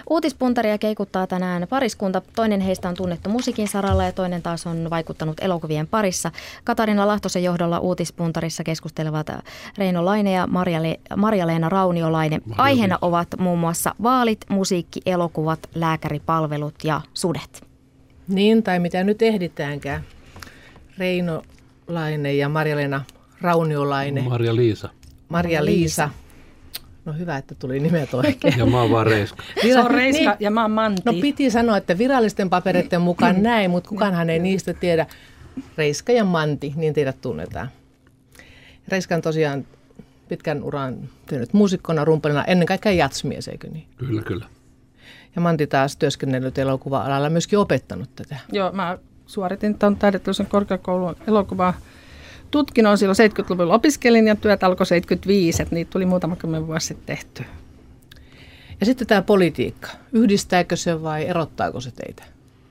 Uutispuntaria keikuttaa tänään pariskunta. Toinen heistä on tunnettu musiikin saralla ja toinen taas on vaikuttanut elokuvien parissa. Katarina Lahtosen johdolla Uutispuntarissa keskustelevat Reino Laine ja Marja-Leena Rauniolainen. Aiheena ovat muun muassa vaalit, musiikki, elokuvat, lääkäripalvelut ja sudet. Niin, tai mitä nyt ehditäänkään. Reino Laine ja Marja-Leena Rauniolainen. Marja-Liisa. No hyvä, että tuli nimet oikein. Ja mä oon vaan Reiska. Se on Reiska ja mä oon Manti. No piti sanoa, että virallisten papereiden mukaan näin, mutta kukaanhan ei niistä tiedä. Reiska ja Manti, niin teidät tunnetaan. Reiska on tosiaan pitkän uran tehnyt muusikkona, rumpalina, ennen kaikkea jatsmies, eikö niin? Kyllä. Ja Manti taas työskennellyt elokuva-alalla, myöskin opettanut tätä. Joo, mä suoritin tuon taideteollisen korkeakoulun elokuvaa. Tutkinnon silloin 70-luvulla opiskelin ja työt alkoi 75, että niitä tuli muutama kymmen vuosi sitten tehty. Ja sitten tämä politiikka. Yhdistääkö se vai erottaako se teitä?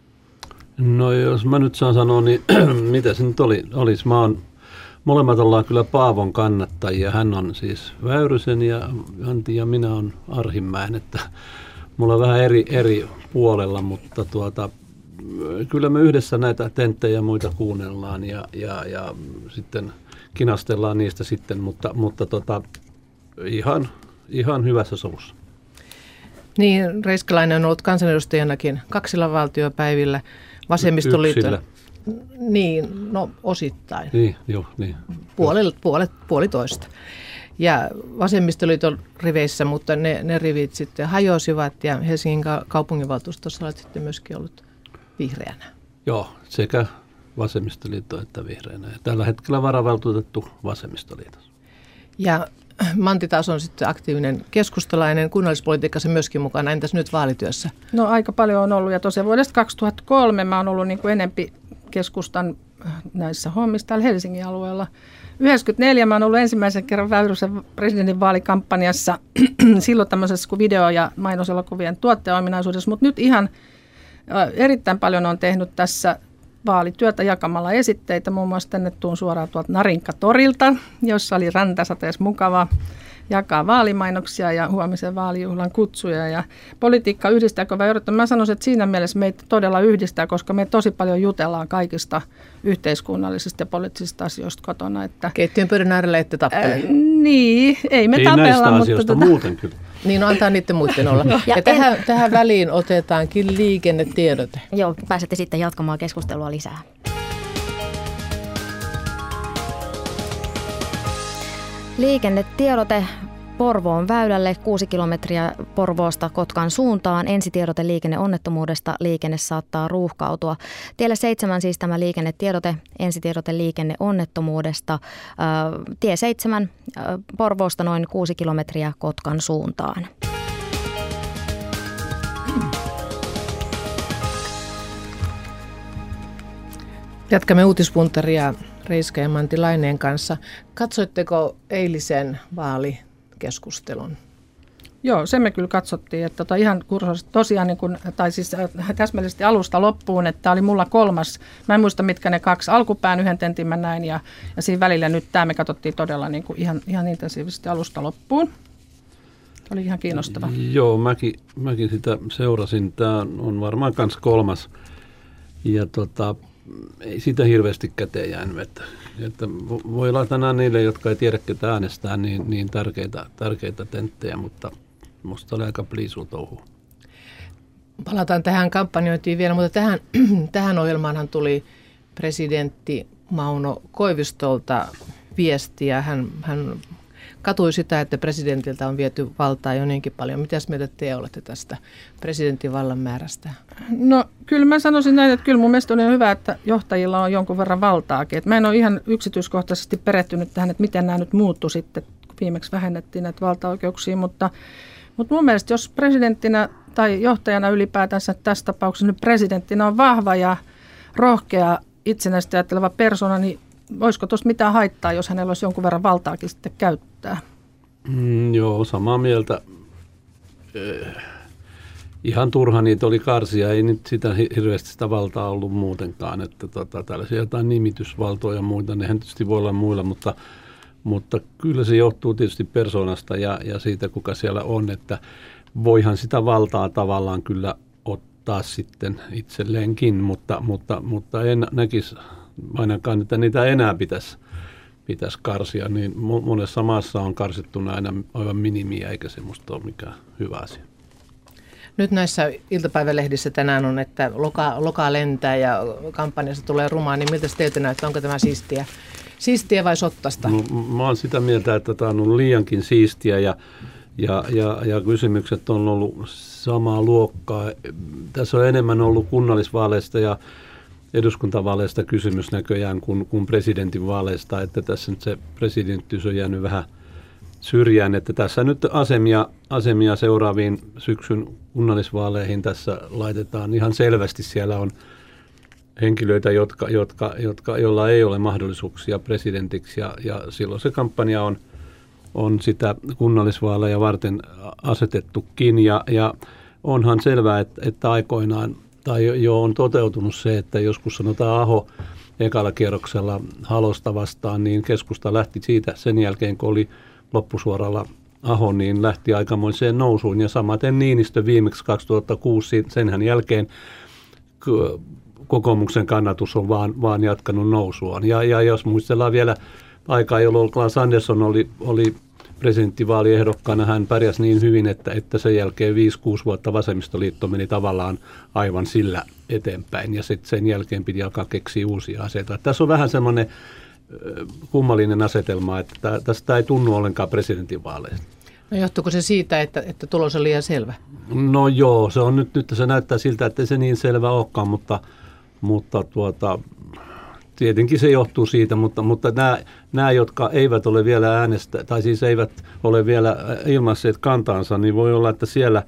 No jos mä nyt saan sanoa, niin mitä se nyt olisi? Molemmat ollaan kyllä Paavon kannattajia. Hän on siis Väyrysen ja Antti ja minä on Arhimäen. Että mulla on vähän eri puolella, mutta kyllä me yhdessä näitä tenttejä ja muita kuunnellaan ja sitten kinastellaan niistä sitten, mutta ihan hyvässä sovussa. Niin, Reiskalainen on ollut kansanedustajanakin 2 valtiopäivillä, vasemmistoliiton. Niin, no osittain. Niin, joo, niin. Puolitoista. Ja vasemmistoliiton riveissä, mutta ne rivit sitten hajosivat ja Helsingin kaupunginvaltuustossa olet sitten myöskin ollut vihreänä. Joo, sekä vasemmistoliitto että vihreänä. Ja tällä hetkellä varavaltuutettu vasemmistoliitossa. Ja Manti taas on sitten aktiivinen keskustalainen, kunnallispolitiikassa myöskin mukana. Entäs nyt vaalityössä? No aika paljon on ollut ja tosiaan vuodesta 2003 mä oon ollut niin kuin enempi keskustan näissä hommissa täällä Helsingin alueella. 1994 mä oon ollut ensimmäisen kerran Väyrysen presidentin vaalikampanjassa silloin tämmöisessä kuin video- ja mainoselokuvien tuottajaominaisuudessa, mutta nyt ihan erittäin paljon on tehnyt tässä vaalityötä jakamalla esitteitä. Muun muassa tänne tuun suoraan tuolta Narinkatorilta, jossa oli räntäsateessa mukava jakaa vaalimainoksia ja huomisen vaalijuhlan kutsuja. Ja politiikka yhdistääkö vai erottaa? Mä sanoisin, että siinä mielessä meitä todella yhdistää, koska me tosi paljon jutellaan kaikista yhteiskunnallisista ja poliittisista asioista kotona. Että keittiön pöydän äärellä ette tappele. Niin, ei me tapella. Näistä asioista muuten kyllä. Niin, no antaa niiden muiden olla. Ja tähän väliin otetaankin liikennetiedote. Joo, pääsette sitten jatkamaan keskustelua lisää. Liikennetiedote Porvoon väylälle 6 kilometriä Porvoosta Kotkan suuntaan. Ensitiedote liikenneonnettomuudesta. Liikenne saattaa ruuhkautua. Tiellä 7 siis tämä liikennetiedote. Ensitiedote liikenneonnettomuudesta. Tie 7 Porvoosta noin 6 kilometriä Kotkan suuntaan. Jatkamme uutispuntaria Reiska ja Manti Laineen kanssa. Katsoitteko eilisen vaalikeskustelun? Joo, se me kyllä katsottiin, että ihan tosiaan niin kuin, tai siis täsmällisesti alusta loppuun, että tämä oli mulla 3. Mä en muista mitkä ne 2 alkupään, 1 tentin mä näin ja siinä välillä nyt tämä me katsottiin todella niin kuin ihan intensiivisesti alusta loppuun. Oli ihan kiinnostava. Joo, mäkin sitä seurasin. Tämä on varmaan myös 3. Ja ei sitä hirveästi käteen jäänyt, että voi olla tänään niille, jotka ei tiedä, ketä äänestää, niin tärkeitä tenttejä, mutta musta oli aika pliisua touhua. Palataan tähän kampanjointiin vielä, mutta tähän ohjelmaanhan tuli presidentti Mauno Koivistolta viestiä. Hän katui sitä, että presidentiltä on viety valtaa jo niinkin paljon. Mitäs mieltä te olette tästä presidentin vallan määrästä? No kyllä mä sanoisin näin, että kyllä mun mielestä on hyvä, että johtajilla on jonkun verran valtaakin. Että mä en ole ihan yksityiskohtaisesti perehtynyt tähän, että miten nämä nyt muuttui sitten, kun viimeksi vähennettiin näitä valtaoikeuksia. Mutta mun mielestä jos presidenttinä tai johtajana ylipäätänsä tässä tapauksessa nyt presidenttinä on vahva ja rohkea itsenäisesti ajatteleva persona, niin olisiko tuosta mitään haittaa, jos hänellä olisi jonkun verran valtaakin sitten käyttää? Joo, samaa mieltä. Ihan turha niitä oli karsia, ei nyt sitä hirveästi sitä valtaa ollut muutenkaan, että tällaisia jotain nimitysvaltoja ja muita, nehän tietysti voi olla muilla, mutta kyllä se johtuu tietysti persoonasta ja siitä, kuka siellä on, että voihan sitä valtaa tavallaan kyllä ottaa sitten itselleenkin, mutta en näkisi ainakaan, että niitä enää pitäisi karsia, niin monessa maassa on karsittu aina aivan minimiä, eikä semmoista ole mikään hyvä asia. Nyt näissä iltapäivälehdissä tänään on, että loka lentää ja kampanjassa tulee rumaa, niin miltä teiltä näyttää, onko tämä siistiä vai sottasta? No, mä oon sitä mieltä, että tämä on ollut liiankin siistiä ja kysymykset on ollut samaa luokkaa. Tässä on enemmän ollut kunnallisvaaleista ja eduskuntavaaleista kysymys näköjään kuin presidentinvaaleista, että tässä nyt se presidenttiys on jäänyt vähän syrjään, että tässä nyt asemia seuraaviin syksyn kunnallisvaaleihin tässä laitetaan ihan selvästi. Siellä on henkilöitä, joilla ei ole mahdollisuuksia presidentiksi ja silloin se kampanja on sitä kunnallisvaaleja varten asetettukin ja onhan selvää, että aikoinaan tai jo on toteutunut se, että joskus sanotaan Aho ekalla kierroksella Halosta vastaan, niin keskusta lähti siitä sen jälkeen, kun oli loppusuoralla Aho, niin lähti aikamoiseen nousuun ja samaten Niinistö viimeksi 2006, senhän jälkeen kokoomuksen kannatus on vaan jatkanut nousuaan. Ja jos muistellaan vielä aikaa, jolloin Claes Andersson oli presidenttivaaliehdokkaana, hän pärjäsi niin hyvin, että sen jälkeen 5-6 vuotta vasemmistoliitto meni tavallaan aivan sillä eteenpäin ja sitten sen jälkeen piti alkaa keksiä uusia aseita. Tässä on vähän semmoinen kummallinen asetelma, että tästä ei tunnu ollenkaan presidentinvaaleista. No johtuuko se siitä, että tulos on liian selvä? No joo, se on nyt se näyttää siltä, että ei se niin selvä olekaan, mutta tietenkin se johtuu siitä, mutta nämä, jotka eivät ole vielä tai siis eivät ole vielä ilmaisseet kantaansa, niin voi olla, että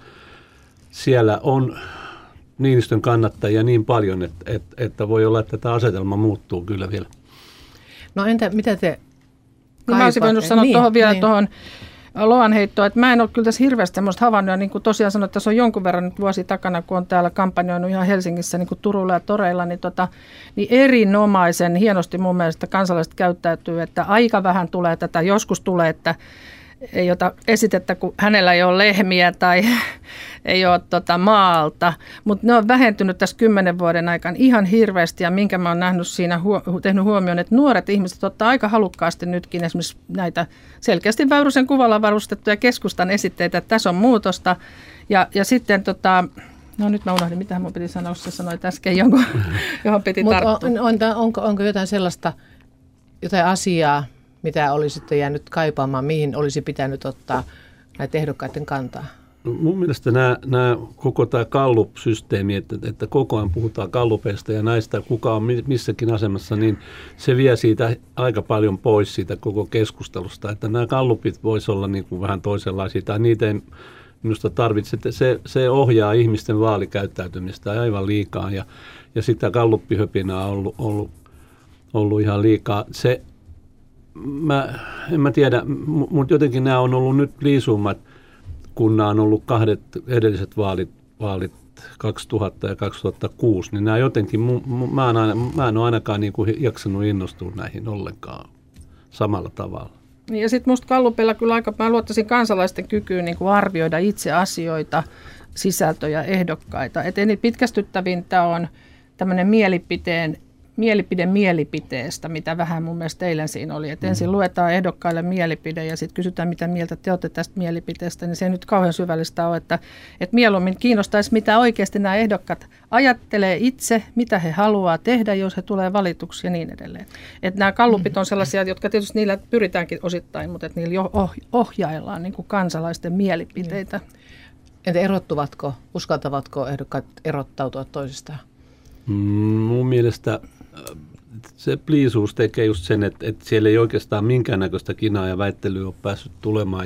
siellä on Niinistön kannattajia niin paljon, että voi olla, että tämä asetelma muuttuu kyllä vielä. No entä mitä te mä olisin voinut sanoa tuohon loanheittoon, että mä en ole kyllä tässä hirveästi semmoista havainnut, ja niin kuin tosiaan sanoin, että tässä on jonkun verran nyt vuosi takana, kun on täällä kampanjoinut ihan Helsingissä niin kuin Turulla ja toreilla, niin erinomaisen hienosti mun mielestä kansalaiset käyttäytyy, että aika vähän tulee tätä, joskus tulee, että ei ota esitettä, kun hänellä ei ole lehmiä tai ei ole maalta, mutta ne on vähentynyt tässä 10 vuoden aikana ihan hirveästi ja minkä mä oon nähnyt siinä, tehnyt huomioon, että nuoret ihmiset ottaa aika halukkaasti nytkin esimerkiksi näitä selkeästi Väyrysen kuvalla varustettuja keskustan esitteitä, että tässä on muutosta ja sitten no nyt mä unohdin, mitä mun piti sanoa, se sanoit äsken jonkun, johon piti tarttua. Onko jotain sellaista, jotain asiaa, mitä olisitte jäänyt kaipaamaan, mihin olisi pitänyt ottaa näitä ehdokkaiden kantaa? No, mun mielestä nämä koko tämä Gallup-systeemi, että koko ajan puhutaan Gallupeista ja näistä, kuka on missäkin asemassa, niin se vie siitä aika paljon pois siitä koko keskustelusta. Että nämä Gallupit voisi olla niin kuin vähän toisenlaisia, tai niitä ei minusta tarvitse. Se ohjaa ihmisten vaalikäyttäytymistä aivan liikaa, ja sitä Gallup-höpinää on ollut ihan liikaa. En mä tiedä, mutta jotenkin nämä on ollut nyt liisummat, kun nämä on ollut kahdet edelliset vaalit 2000 ja 2006, niin nämä jotenkin, mä en ole ainakaan niin kuin jaksanut innostua näihin ollenkaan samalla tavalla. Ja sitten musta Gallupilla kyllä mä luottaisin kansalaisten kykyyn niin kuin arvioida itse asioita, sisältöjä, ehdokkaita. Et pitkästyttävintä on tämmöinen mielipide mielipiteestä, mitä vähän mun mielestä eilen siinä oli. Et ensin luetaan ehdokkaille mielipide ja sitten kysytään, mitä mieltä te olette tästä mielipiteestä. Niin se ei nyt kauhean syvällistä ole, että mieluummin kiinnostaisi, mitä oikeasti nämä ehdokkaat ajattelee itse, mitä he haluaa tehdä, jos he tulee valituksi ja niin edelleen. Että nämä gallupit on sellaisia, jotka tietysti niillä pyritäänkin osittain, mutta että niillä ohjaillaan niin kuin kansalaisten mielipiteitä. Entä uskaltavatko ehdokkaat erottautua toisistaan? Mun mielestä se pliisuus tekee just sen, että siellä ei oikeastaan minkäännäköistä kinaa ja väittelyä ole päässyt tulemaan.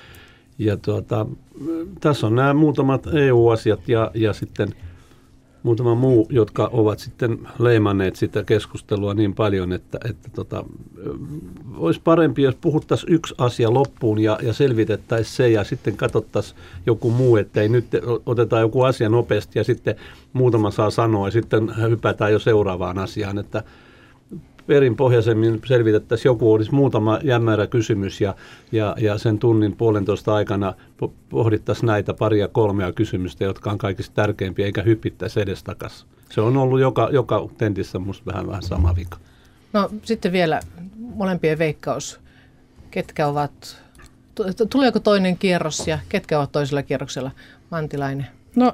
Tässä on nämä muutamat EU-asiat ja sitten muutama muu, jotka ovat sitten leimanneet sitä keskustelua niin paljon, että olisi parempi, jos puhuttaisiin yksi asia loppuun ja selvitettäisiin se ja sitten katsottaisiin joku muu, että ei nyt otetaan joku asia nopeasti ja sitten muutama saa sanoa ja sitten hypätään jo seuraavaan asiaan, että perinpohjaisemmin selvitettäisiin, joku olisi muutama jämmärä kysymys ja sen tunnin puolentoista aikana pohdittaisiin näitä paria kolmea kysymystä, jotka on kaikista tärkeimpiä, eikä hypittäisi edestakaisin. Se on ollut joka tentissä musta vähän sama vika. No sitten vielä molempien veikkaus. Ketkä ovat, tuleeko toinen kierros ja ketkä ovat toisella kierroksella? Mantilainen. No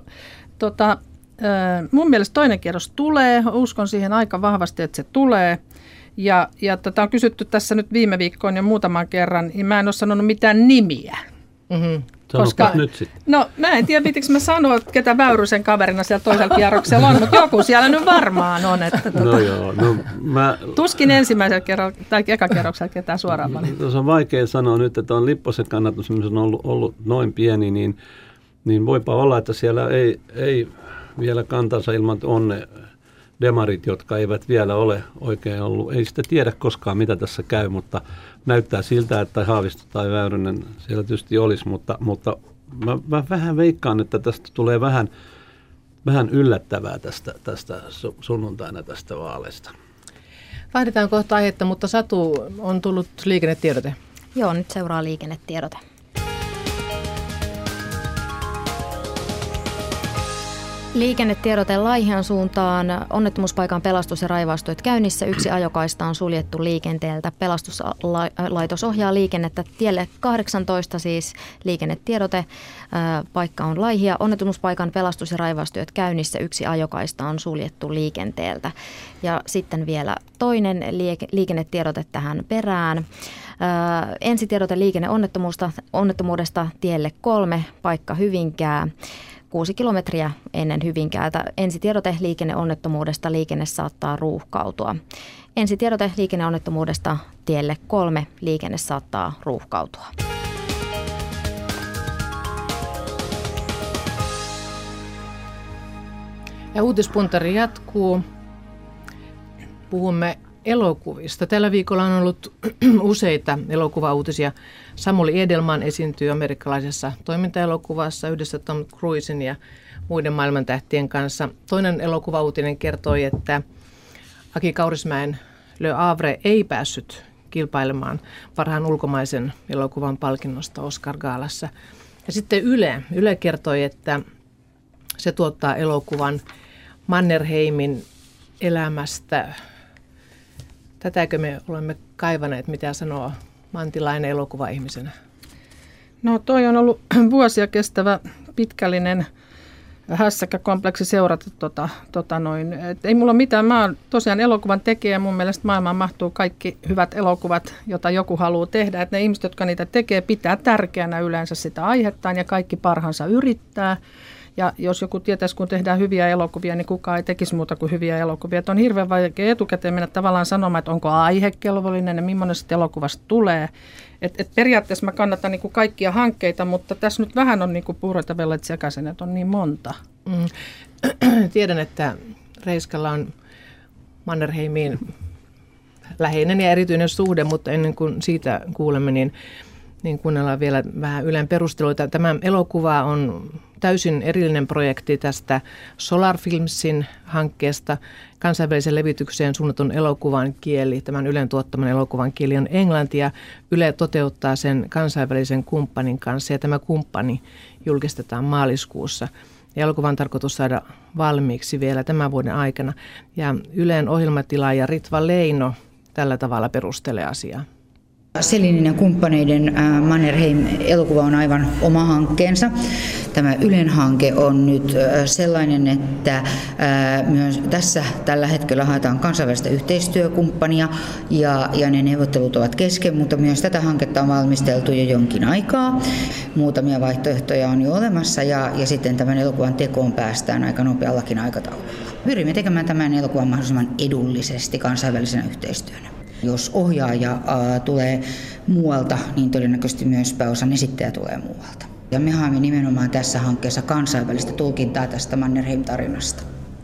mun mielestä toinen kierros tulee. Uskon siihen aika vahvasti, että se tulee. Ja on kysytty tässä nyt viime viikkoon jo muutaman kerran, niin mä en ole sanonut mitään nimiä. Mm-hmm. Koska, nyt sitten. No mä en tiedä, pitikö mä sanoa, että ketä Väyrysen kaverina siellä toisella kierroksella on, mutta joku siellä nyt varmaan on. Että, no joo, no tuskin ensimmäisellä kerralla tai ekakierroksella ketään suoraan valittu. Tuossa on vaikea sanoa nyt, että on Lipposen kannatus on ollut noin pieni, niin voipa olla, että siellä ei vielä kantansa ilman onne demarit, jotka eivät vielä ole oikein ollut. Ei sitä tiedä koskaan, mitä tässä käy, mutta näyttää siltä, että Haavisto tai Väyrynen siellä tietysti olisi, mutta mä vähän veikkaan, että tästä tulee vähän yllättävää tästä sunnuntaina tästä vaaleista. Vaihdetaan kohta aihetta, mutta Satu, on tullut liikennetiedote. Joo, nyt seuraa liikennetiedote. Liikennetiedote Laihian suuntaan. Onnettomuuspaikan pelastus- ja raivaustyöt käynnissä. Yksi ajokaista on suljettu liikenteeltä. Pelastuslaitos ohjaa liikennettä tielle 18, siis liikennetiedote. Paikka on Laihia. Onnettomuuspaikan pelastus- ja raivaustyöt käynnissä. Yksi ajokaista on suljettu liikenteeltä. Ja sitten vielä toinen liikennetiedote tähän perään. Ensitiedote liikenneonnettomuudesta tielle 3, paikka Hyvinkää. 6 kilometriä ennen Hyvinkäätä. Ensitiedote liikenneonnettomuudesta, liikenne saattaa ruuhkautua. Ensitiedote liikenneonnettomuudesta tielle 3, liikenne saattaa ruuhkautua. Ja uutispuntari jatkuu. Puhumme elokuvista. Tällä viikolla on ollut useita elokuvauutisia. Samuli Edelman esiintyy amerikkalaisessa toimintaelokuvassa yhdessä Tom Cruisen ja muiden maailmantähtien kanssa. Toinen elokuvauutinen kertoi, että Aki Kaurismäen Le Havre ei päässyt kilpailemaan parhaan ulkomaisen elokuvan palkinnosta Oscar-gaalassa. Ja sitten Yle kertoi, että se tuottaa elokuvan Mannerheimin elämästä. Tätäkö me olemme kaivaneet, mitä sanoo Mantilainen elokuva-ihmisenä? No toi on ollut vuosia kestävä pitkällinen hässäkkäkompleksi seurata ei mulla mitään. Mä oon tosiaan elokuvan tekijä. Mun mielestä maailmaan mahtuu kaikki hyvät elokuvat, jota joku haluaa tehdä. Että ne ihmiset, jotka niitä tekee, pitää tärkeänä yleensä sitä aihettaan ja kaikki parhaansa yrittää. Ja jos joku tietäisi, kun tehdään hyviä elokuvia, niin kukaan ei tekisi muuta kuin hyviä elokuvia. Että on hirveän vaikea etukäteen mennä tavallaan sanomaan, että onko aihe kelvollinen ja millainen sitten elokuvasta tulee. Et periaatteessa mä kannatan niin kuin kaikkia hankkeita, mutta tässä nyt vähän on niin kuin puuroita vellet sekaisin, että on niin monta. Tiedän, että Reiskalla on Mannerheimiin läheinen ja erityinen suhde, mutta ennen kuin siitä kuulemme, niin kuunnellaan vielä vähän Ylen perusteluita. Tämä elokuva on täysin erillinen projekti tästä Solar Filmsin hankkeesta. Kansainvälisen levitykseen suunnatun elokuvan kieli, tämän Ylen tuottaman elokuvan kieli on englanti ja Yle toteuttaa sen kansainvälisen kumppanin kanssa ja tämä kumppani julkistetaan maaliskuussa. Ja elokuva on tarkoitus saada valmiiksi vielä tämän vuoden aikana ja Ylen ohjelmatilaaja Ritva Leino tällä tavalla perustelee asiaa. Selinin ja kumppaneiden Mannerheim-elokuva on aivan oma hankkeensa. Tämä Ylen hanke on nyt sellainen, että myös tässä tällä hetkellä haetaan kansainvälistä yhteistyökumppania ja ne neuvottelut ovat kesken, mutta myös tätä hanketta on valmisteltu jo jonkin aikaa. Muutamia vaihtoehtoja on jo olemassa ja sitten tämän elokuvan tekoon päästään aika nopeallakin aikataululla. Pyrimme tekemään tämän elokuvan mahdollisimman edullisesti kansainvälisenä yhteistyönä. Jos ohjaaja tulee muualta, niin todennäköisesti myös pääosan esittäjä tulee muualta. Ja me haemme nimenomaan tässä hankkeessa kansainvälistä tulkintaa tästä Mannerheim-tarinasta.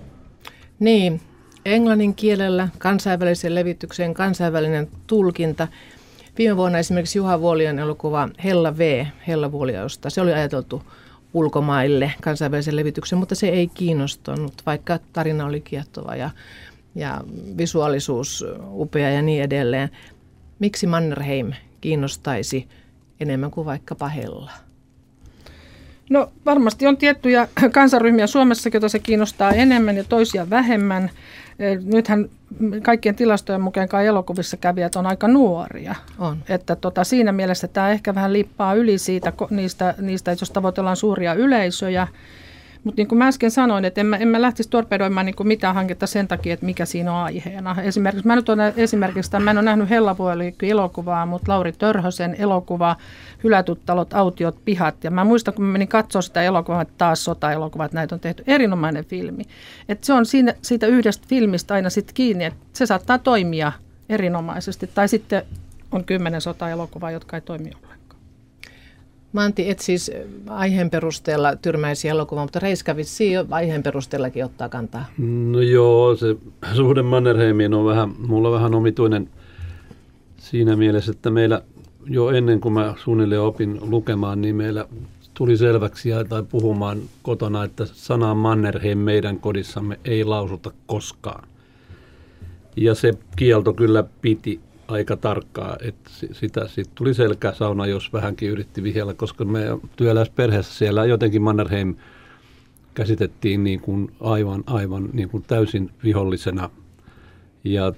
Niin, englannin kielellä kansainvälisen levityksen kansainvälinen tulkinta. Viime vuonna esimerkiksi Juha Vuolion elokuva Hella V, Hella Vuoliosta, se oli ajateltu ulkomaille kansainvälisen levityksen, mutta se ei kiinnostunut, vaikka tarina oli kiehtova ja ja visuaalisuus upea ja niin edelleen. Miksi Mannerheim kiinnostaisi enemmän kuin vaikkapa Hella? No varmasti on tiettyjä kansanryhmiä Suomessakin, joita se kiinnostaa enemmän ja toisia vähemmän. Nythän kaikkien tilastojen mukaan elokuvissa kävijät on aika nuoria. On. Että siinä mielessä tämä ehkä vähän liippaa yli niistä, jos tavoitellaan suuria yleisöjä. Mutta niin kuin mä äsken sanoin, että en mä lähtisi torpedoimaan niin kuin mitään hanketta sen takia, että mikä siinä on aiheena. Esimerkiksi mä en ole nähnyt Hella-elokuvaa, mutta Lauri Törhösen elokuva Hylätyt talot, autiot, pihat. Ja mä muistan, kun mä menin katsoa sitä elokuvaa, että taas sota-elokuvaa, että näitä on tehty erinomainen filmi. Että se on siitä yhdestä filmistä aina sitten kiinni, että se saattaa toimia erinomaisesti. Tai sitten on 10 sota-elokuvaa, jotka ei toimi ollenkaan. Manti, et siis aiheen perusteella tyrmäisi elokuvaa, mutta Reiska vissiin jo aiheen perusteellakin ottaa kantaa. No joo, se suhde Mannerheimiin on mulla vähän omituinen siinä mielessä, että meillä jo ennen kuin mä suunnilleen opin lukemaan, niin meillä tuli selväksi tai puhumaan kotona, että sanaa Mannerheim meidän kodissamme ei lausuta koskaan. Ja se kielto kyllä piti aika tarkkaa, että siitä tuli selkäsauna, jos vähänkin yritti vihjellä, koska me työläisperheessä siellä jotenkin Mannerheim käsitettiin niin kuin aivan niin kuin täysin vihollisena. Ja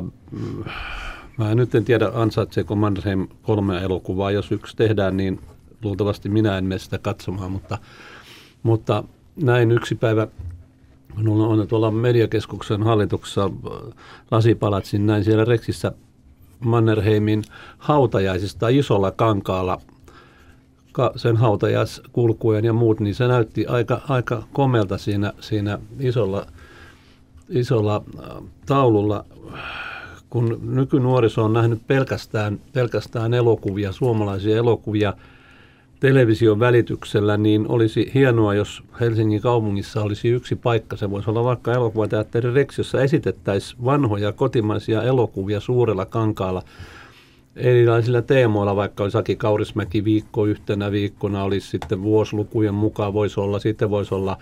mä nyt en tiedä, ansaitseeko Mannerheim 3 elokuvaa. Jos yksi tehdään, niin luultavasti minä en mene sitä katsomaan, mutta näin yksi päivä, kun on tuolla mediakeskuksen hallituksessa Lasipalatsin, näin siellä Reksissä Mannerheimin hautajaisista isolla kankaalla, sen hautajaiskulkujen ja muut, niin se näytti aika komelta siinä isolla taululla. Kun nykynuoriso on nähnyt pelkästään elokuvia, suomalaisia elokuvia television välityksellä, niin olisi hienoa, jos Helsingin kaupungissa olisi yksi paikka. Se voisi olla vaikka elokuvateatteri Rex, jossa esitettäisiin vanhoja kotimaisia elokuvia suurella kankaalla erilaisilla teemoilla, vaikka olisi Aki Kaurismäki viikko yhtenä viikkona, olisi sitten vuosilukujen mukaan voisi olla, sitten voisi olla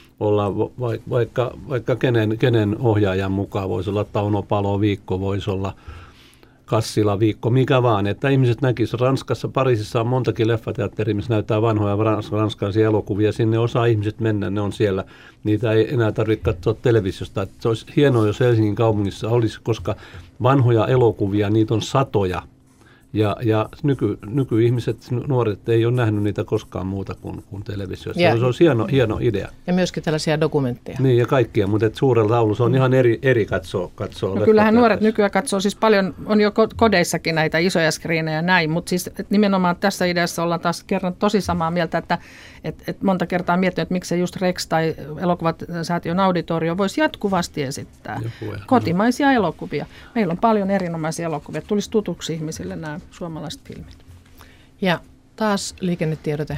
vaikka kenen ohjaajan mukaan, voisi olla Tauno Palo viikko, voisi olla Kassila viikko, mikä vaan, että ihmiset näkisivät. Ranskassa, Pariisissa on montakin leffateatteria, missä näyttää vanhoja ranskalaisia elokuvia. Sinne osaa ihmiset mennä, ne on siellä. Niitä ei enää tarvitse katsoa televisiosta. Että se olisi hienoa, jos Helsingin kaupungissa olisi, koska vanhoja elokuvia, niitä on satoja. Ja nykyihmiset, nuoret ei ole nähnyt niitä koskaan muuta kuin televisiossa. Se olisi hieno idea. Ja myöskin tällaisia dokumentteja. Niin ja kaikkia, mutta suurella taulussa on ihan eri katsoa. No kyllähän nuoret nykyään katsoo siis paljon, on jo kodeissakin näitä isoja skriinejä ja näin, mutta siis nimenomaan tässä ideassa ollaan taas kerran tosi samaa mieltä, että monta kertaa miettinyt, että miksei just Rex tai Elokuvat-säätiön auditorio voisi jatkuvasti esittää kotimaisia elokuvia. Meillä on paljon erinomaisia elokuvia, tulisi tutuksi ihmisille nämä suomalaiset filmit. Ja taas liikennetiedote.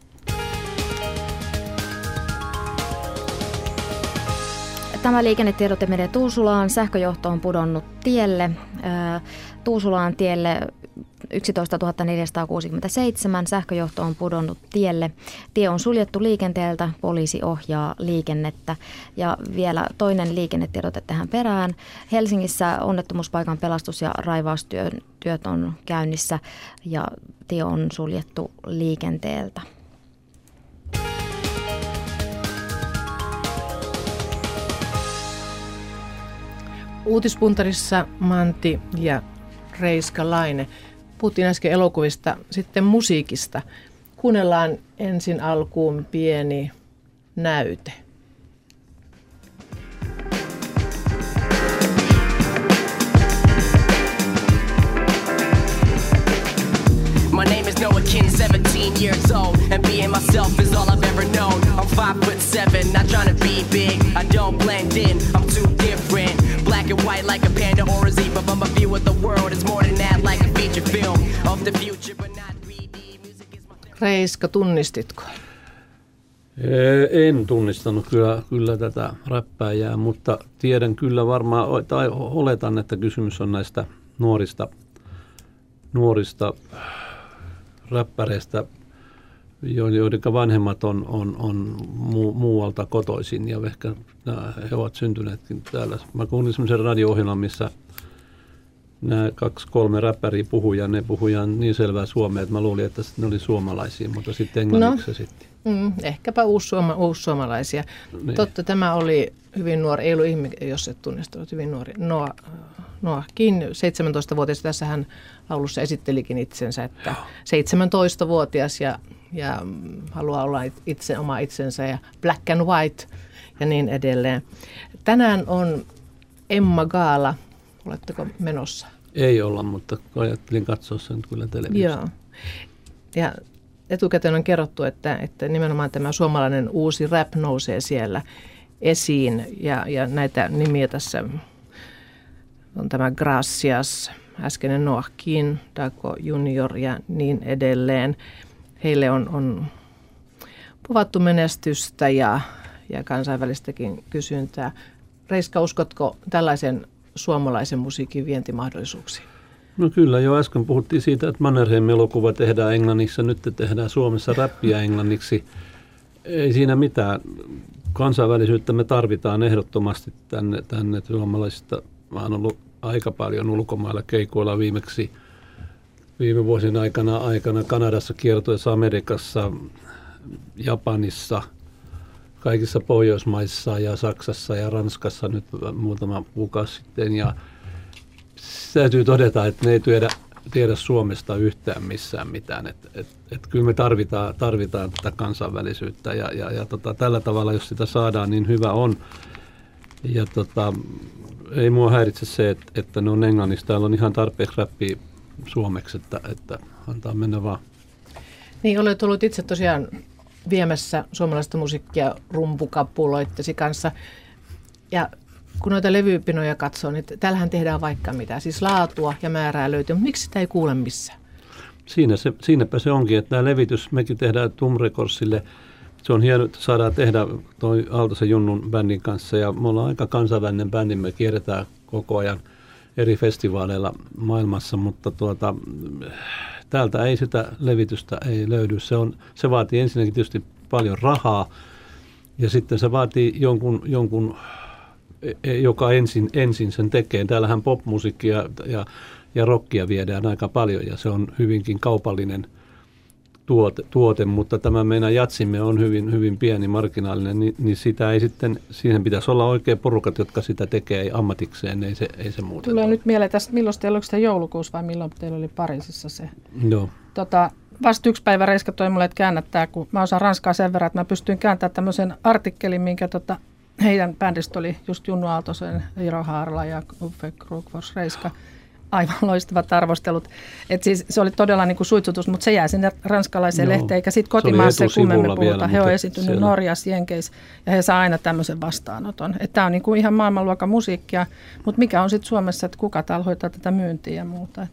Tämä liikennetiedote menee Tuusulaan. Sähköjohto on pudonnut tielle. Tuusulaan tielle 11 467. Sähköjohto on pudonnut tielle. Tie on suljettu liikenteeltä. Poliisi ohjaa liikennettä. Ja vielä toinen liikennetiedote tähän perään. Helsingissä onnettomuuspaikan pelastus- ja raivaustyöt on käynnissä ja tie on suljettu liikenteeltä. Uutispuntarissa Manti ja Reiska Laine. Puhuttiin äsken elokuvista, sitten musiikista. Kuunnellaan ensin alkuun pieni näyte. My name is Noah Kin, 17 years old, and being myself is all I've ever known. I'm 5'7", not trying to be big, I don't blend in, I'm too different. Black and white like a panda or a zebra, but my view of the world is more than that, like a feature film of the future, but not 3D. Music is my... Reiska, tunnistitko? En tunnistanut kyllä tätä räppäjää, mutta tiedän kyllä varmaan, tai oletan, että kysymys on näistä nuorista räppäreistä. joiden vanhemmat on muualta kotoisin ja ehkä he ovat syntyneetkin täällä. Mä kuulin semmoisen radio-ohjelman, missä nämä 2-3 räppäriä puhuja, ne puhujan niin selvää suomea, että mä luulin, että ne oli suomalaisia, mutta sitten englanniksi esitti. Ehkäpä uussuomalaisia. Niin. Totta, tämä oli hyvin nuori, ei ollut ihme, jos et tunnistanut, hyvin nuori. Noahkin, 17-vuotias, tässä hän laulussa esittelikin itsensä, että 17-vuotias ja haluaa olla oma itsensä ja black and white ja niin edelleen. Tänään on Emma Gaala. Oletteko menossa? Ei olla, mutta ajattelin katsoa sen kyllä televisiosta. Joo. Ja etukäteen on kerrottu, että nimenomaan tämä suomalainen uusi rap nousee siellä esiin. Ja näitä nimiä tässä on tämä Gracias, äskeinen Noahkin, Dago Junior ja niin edelleen. Heille on povattu menestystä ja kansainvälistäkin kysyntää. Reiska, uskotko tällaisen suomalaisen musiikin vientimahdollisuuksiin? No kyllä, jo äsken puhuttiin siitä, että Mannerheim-elokuva tehdään englanniksi, nyt tehdään Suomessa räppiä englanniksi. Ei siinä mitään. Kansainvälisyyttä me tarvitaan ehdottomasti tänne suomalaisista. Mä oon ollut aika paljon ulkomailla keikoilla viimeksi viime vuosien aikana Kanadassa, kiertueessa, Amerikassa, Japanissa, kaikissa Pohjoismaissa ja Saksassa ja Ranskassa nyt muutama kuukausi sitten. Ja täytyy todeta, että ne ei tiedä Suomesta yhtään missään mitään. Et kyllä me tarvitaan tätä kansainvälisyyttä ja tällä tavalla, jos sitä saadaan, niin hyvä on. Ja ei mua häiritse se, että ne on englannista. Täällä on ihan tarpeeksi räppiä suomeksi, että antaa mennä vaan. Niin, olet ollut itse tosiaan viemässä suomalaista musiikkia rumpukapuloittesi kanssa. Ja kun noita levypinoja katsoo, niin täällähän tehdään vaikka mitä. Siis laatua ja määrää löytyy, mutta miksi sitä ei kuule missään? Siinäpä se onkin, että tämä levitys, mekin tehdään Tum Recordsille. Se on hieno, että saadaan tehdä toi Aaltosen Junnun bändin kanssa ja me ollaan aika kansainvälinen bändi, me kierretään koko ajan eri festivaaleilla maailmassa, mutta täältä ei sitä levitystä ei löydy. Se vaatii ensinnäkin tietysti paljon rahaa ja sitten se vaatii jonkun joka ensin sen tekee. Täällähän popmusiikkia ja rockia viedään aika paljon ja se on hyvinkin kaupallinen tuote, mutta tämä meidän jatsimme on hyvin, hyvin pieni, marginaalinen, niin sitä ei sitten, siihen pitäisi olla oikein porukat, jotka sitä tekee ammatikseen, ei se muuten. Tulee nyt mieleen tästä, milloin teillä, oliko sitä joulukuussa vai milloin teillä oli Pariisissa se? Joo. Vasta 1 päivä Reiska toi mulle, että käännättää, kun mä osaan ranskaa sen verran, että mä pystyin kääntämään tämmöisen artikkelin, minkä heidän bändistä oli just Junnu Aaltosen, Iiro Haarla ja Uffe Krugfors Reiska. Aivan loistavat arvostelut. Et siis se oli todella niin kuin suitsutus, mutta se jää sinne ranskalaiseen lehteen, eikä sitten kotimaassa kummemmin puhuta. He on esiintynyt siellä Norjassa, Jenkeissä, ja he saa aina tämmöisen vastaanoton. Tämä on niin kuin ihan maailmanluokan musiikkia, mutta mikä on sitten Suomessa, että kuka täällä hoitaa tätä myyntiä ja muuta.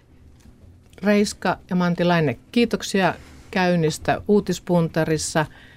Reiska ja Manti Laine, kiitoksia käynnistä Uutispuntarissa.